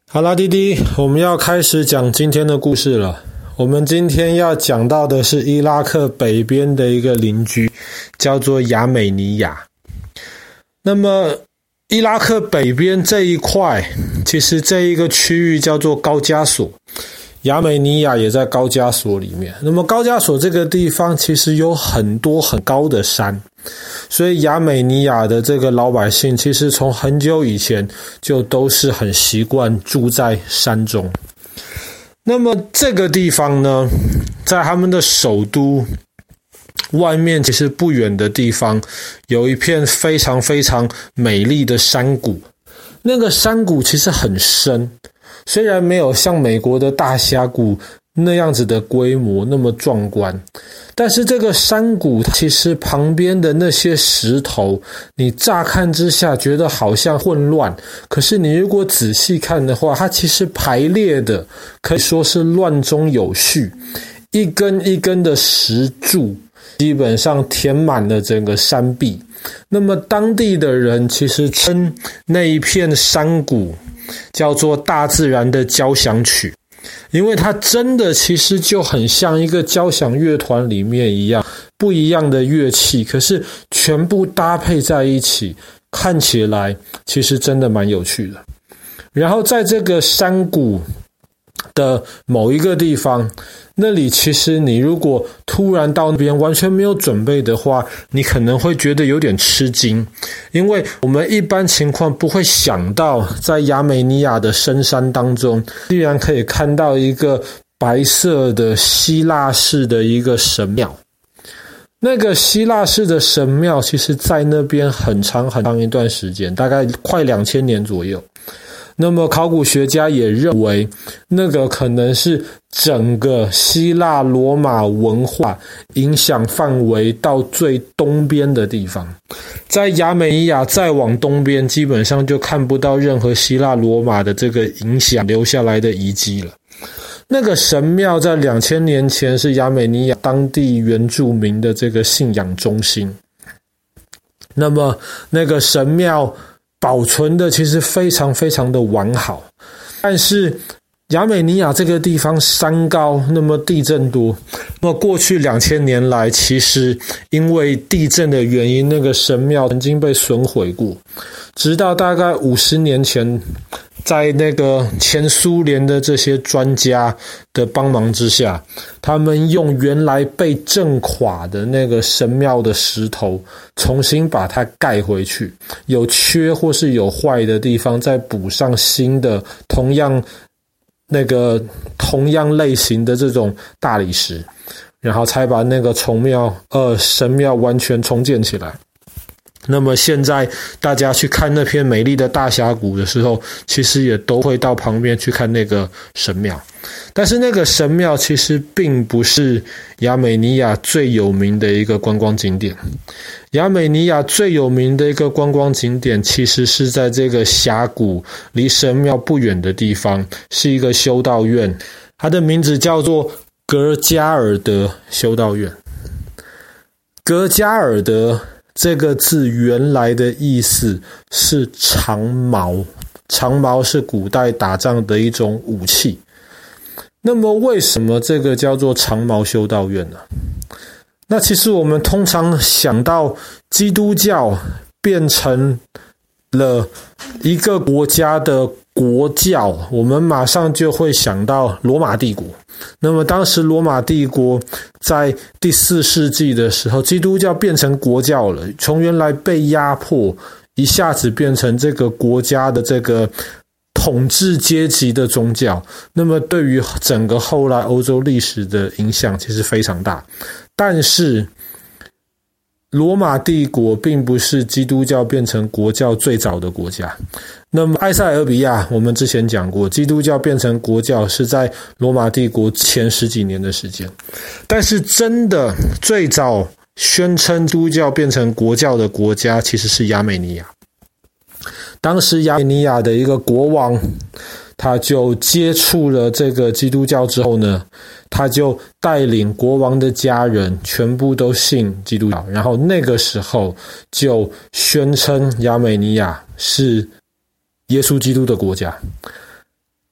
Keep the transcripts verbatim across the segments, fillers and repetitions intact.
好啦，弟弟，我们要开始讲今天的故事了。我们今天要讲到的是伊拉克北边的一个邻居，叫做亚美尼亚。那么伊拉克北边这一块，其实这一个区域叫做高加索，亚美尼亚也在高加索里面。那么高加索这个地方其实有很多很高的山，所以亚美尼亚的这个老百姓其实从很久以前就都是很习惯住在山中。那么这个地方呢，在他们的首都外面其实不远的地方有一片非常非常美丽的山谷，那个山谷其实很深，虽然没有像美国的大峡谷那样子的规模那么壮观，但是这个山谷其实旁边的那些石头，你乍看之下觉得好像混乱，可是你如果仔细看的话，它其实排列的可以说是乱中有序，一根一根的石柱基本上填满了整个山壁。那么当地的人其实称那一片山谷叫做大自然的交响曲，因为它真的其实就很像一个交响乐团里面一样，不一样的乐器，可是全部搭配在一起，看起来其实真的蛮有趣的。然后在这个山谷的某一个地方，那里其实你如果突然到那边完全没有准备的话，你可能会觉得有点吃惊，因为我们一般情况不会想到在亚美尼亚的深山当中居然可以看到一个白色的希腊式的一个神庙。那个希腊式的神庙其实在那边很长很长一段时间，大概快两千年左右。那么考古学家也认为那个可能是整个希腊罗马文化影响范围到最东边的地方。在亚美尼亚再往东边基本上就看不到任何希腊罗马的这个影响留下来的遗迹了。那个神庙在两千年前是亚美尼亚当地原住民的这个信仰中心。那么那个神庙保存的其实非常非常的完好，但是亚美尼亚这个地方山高，那么地震多，那么过去两千年来其实因为地震的原因，那个神庙曾经被损毁过，直到大概五十年前，在那个前苏联的这些专家的帮忙之下，他们用原来被震垮的那个神庙的石头重新把它盖回去，有缺或是有坏的地方再补上新的同样那个同样类型的这种大理石，然后才把那个重庙呃神庙完全重建起来。那么现在大家去看那片美丽的大峡谷的时候，其实也都会到旁边去看那个神庙。但是那个神庙其实并不是亚美尼亚最有名的一个观光景点。亚美尼亚最有名的一个观光景点其实是在这个峡谷离神庙不远的地方，是一个修道院，它的名字叫做格加尔德修道院。格加尔德这个字原来的意思是长矛，长矛是古代打仗的一种武器。那么为什么这个叫做长矛修道院呢？那其实我们通常想到基督教变成了一个国家的国教，我们马上就会想到罗马帝国。那么当时罗马帝国在第四世纪的时候，基督教变成国教了，从原来被压迫一下子变成这个国家的这个统治阶级的宗教，那么对于整个后来欧洲历史的影响其实非常大。但是罗马帝国并不是基督教变成国教最早的国家。那么埃塞俄比亚我们之前讲过，基督教变成国教是在罗马帝国前十几年的时间。但是真的最早宣称基督教变成国教的国家其实是亚美尼亚。当时亚美尼亚的一个国王，他就接触了这个基督教之后呢，他就带领国王的家人全部都信基督教，然后那个时候就宣称亚美尼亚是耶稣基督的国家。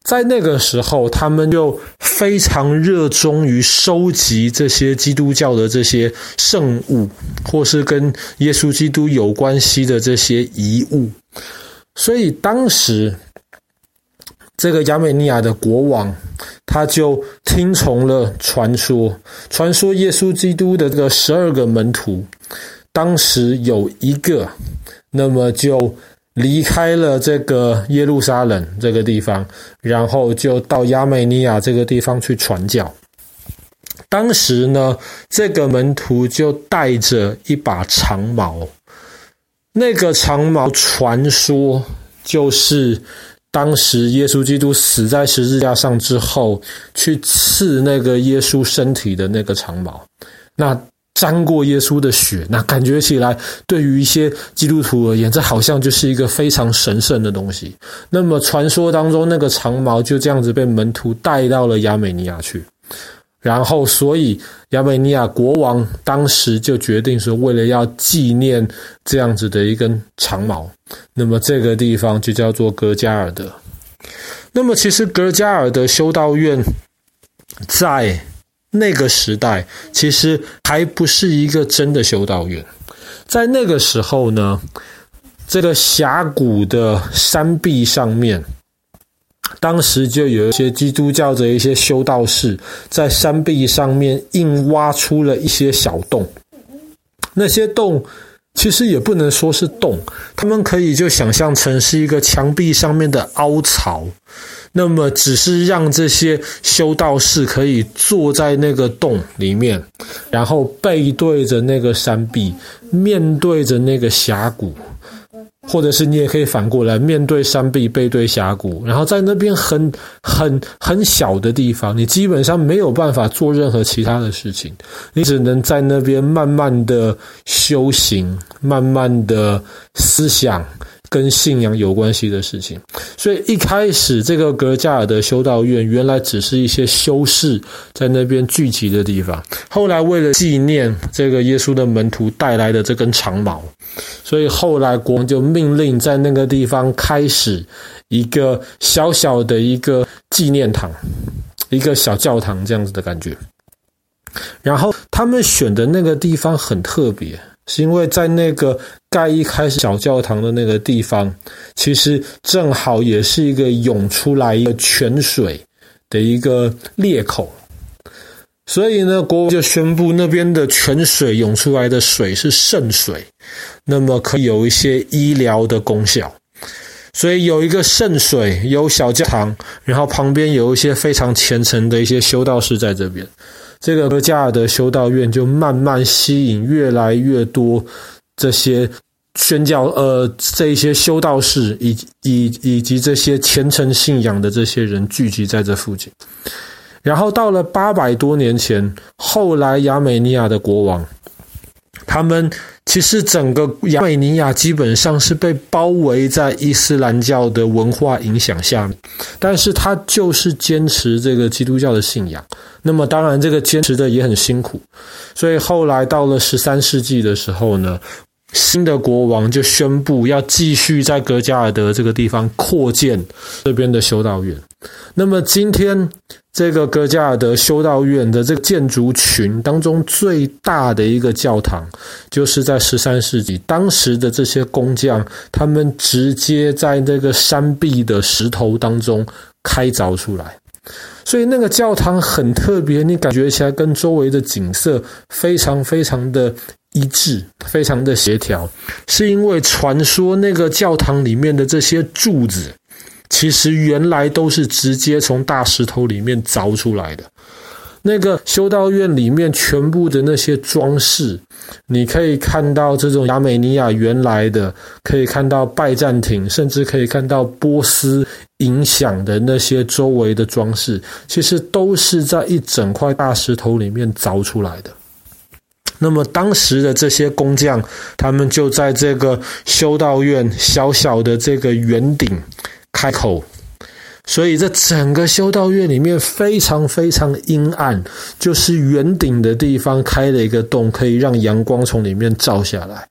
在那个时候，他们就非常热衷于收集这些基督教的这些圣物，或是跟耶稣基督有关系的这些遗物。所以当时这个亚美尼亚的国王，他就听从了传说，传说耶稣基督的这个十二个门徒，当时有一个，那么就离开了这个耶路撒冷这个地方，然后就到亚美尼亚这个地方去传教。当时呢，这个门徒就带着一把长矛，那个长矛传说就是当时耶稣基督死在十字架上之后，去刺那个耶稣身体的那个长矛，那沾过耶稣的血，那感觉起来对于一些基督徒而言，这好像就是一个非常神圣的东西。那么传说当中那个长矛就这样子被门徒带到了亚美尼亚去，然后所以亚美尼亚国王当时就决定说，为了要纪念这样子的一根长矛，那么这个地方就叫做格加尔德。那么其实格加尔德修道院在那个时代其实还不是一个真的修道院。在那个时候呢，这个峡谷的山壁上面，当时就有一些基督教的一些修道士在山壁上面硬挖出了一些小洞，那些洞其实也不能说是洞，他们可以就想象成是一个墙壁上面的凹槽，那么只是让这些修道士可以坐在那个洞里面，然后背对着那个山壁，面对着那个峡谷，或者是你也可以反过来，面对山壁背对峡谷，然后在那边很很很小的地方，你基本上没有办法做任何其他的事情，你只能在那边慢慢的修行，慢慢的思想跟信仰有关系的事情。所以一开始这个格加尔的修道院原来只是一些修士在那边聚集的地方，后来为了纪念这个耶稣的门徒带来的这根长矛，所以后来国王就命令在那个地方开始一个小小的一个纪念堂，一个小教堂这样子的感觉。然后他们选的那个地方很特别，是因为在那个盖一开始小教堂的那个地方，其实正好也是一个涌出来一个泉水的一个裂口，所以呢，国王就宣布那边的泉水涌出来的水是圣水，那么可以有一些医疗的功效。所以有一个圣水，有小教堂，然后旁边有一些非常虔诚的一些修道士在这边，这个格加尔的修道院就慢慢吸引越来越多这些宣教呃这一些修道士以以以及这些虔诚信仰的这些人聚集在这附近。然后到了八百多年前，后来亚美尼亚的国王，他们其实整个亚美尼亚基本上是被包围在伊斯兰教的文化影响下面，但是他就是坚持这个基督教的信仰。那么当然这个坚持的也很辛苦，所以后来到了十三世纪的时候呢，新的国王就宣布要继续在格加尔德这个地方扩建这边的修道院。那么今天这个格加尔德修道院的这个建筑群当中最大的一个教堂，就是在十三世纪当时的这些工匠，他们直接在这个山壁的石头当中开凿出来，所以那个教堂很特别，你感觉起来跟周围的景色非常非常的一致，非常的协调，是因为传说那个教堂里面的这些柱子其实原来都是直接从大石头里面凿出来的。那个修道院里面全部的那些装饰，你可以看到这种亚美尼亚原来的，可以看到拜占庭，甚至可以看到波斯影响的那些周围的装饰，其实都是在一整块大石头里面凿出来的。那么当时的这些工匠，他们就在这个修道院小小的这个圆顶开口，所以这整个修道院里面非常非常阴暗，就是圆顶的地方开了一个洞，可以让阳光从里面照下来。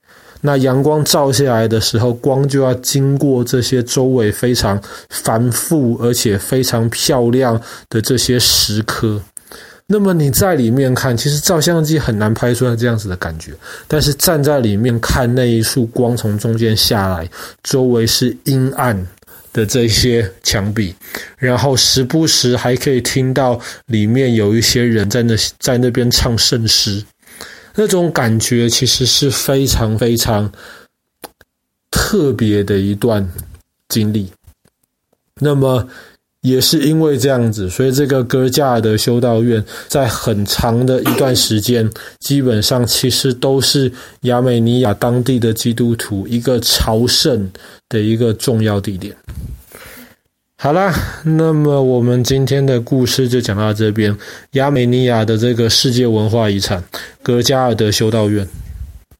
那阳光照下来的时候，光就要经过这些周围非常繁复而且非常漂亮的这些石刻。那么你在里面看，其实照相机很难拍出来这样子的感觉，但是站在里面看那一束光从中间下来，周围是阴暗的这些墙壁，然后时不时还可以听到里面有一些人在那在那边唱圣诗，那种感觉其实是非常非常特别的一段经历。那么也是因为这样子，所以这个格加尔的修道院在很长的一段时间，基本上其实都是亚美尼亚当地的基督徒一个朝圣的一个重要地点。好啦，那么我们今天的故事就讲到这边，亚美尼亚的这个世界文化遗产格加尔的修道院。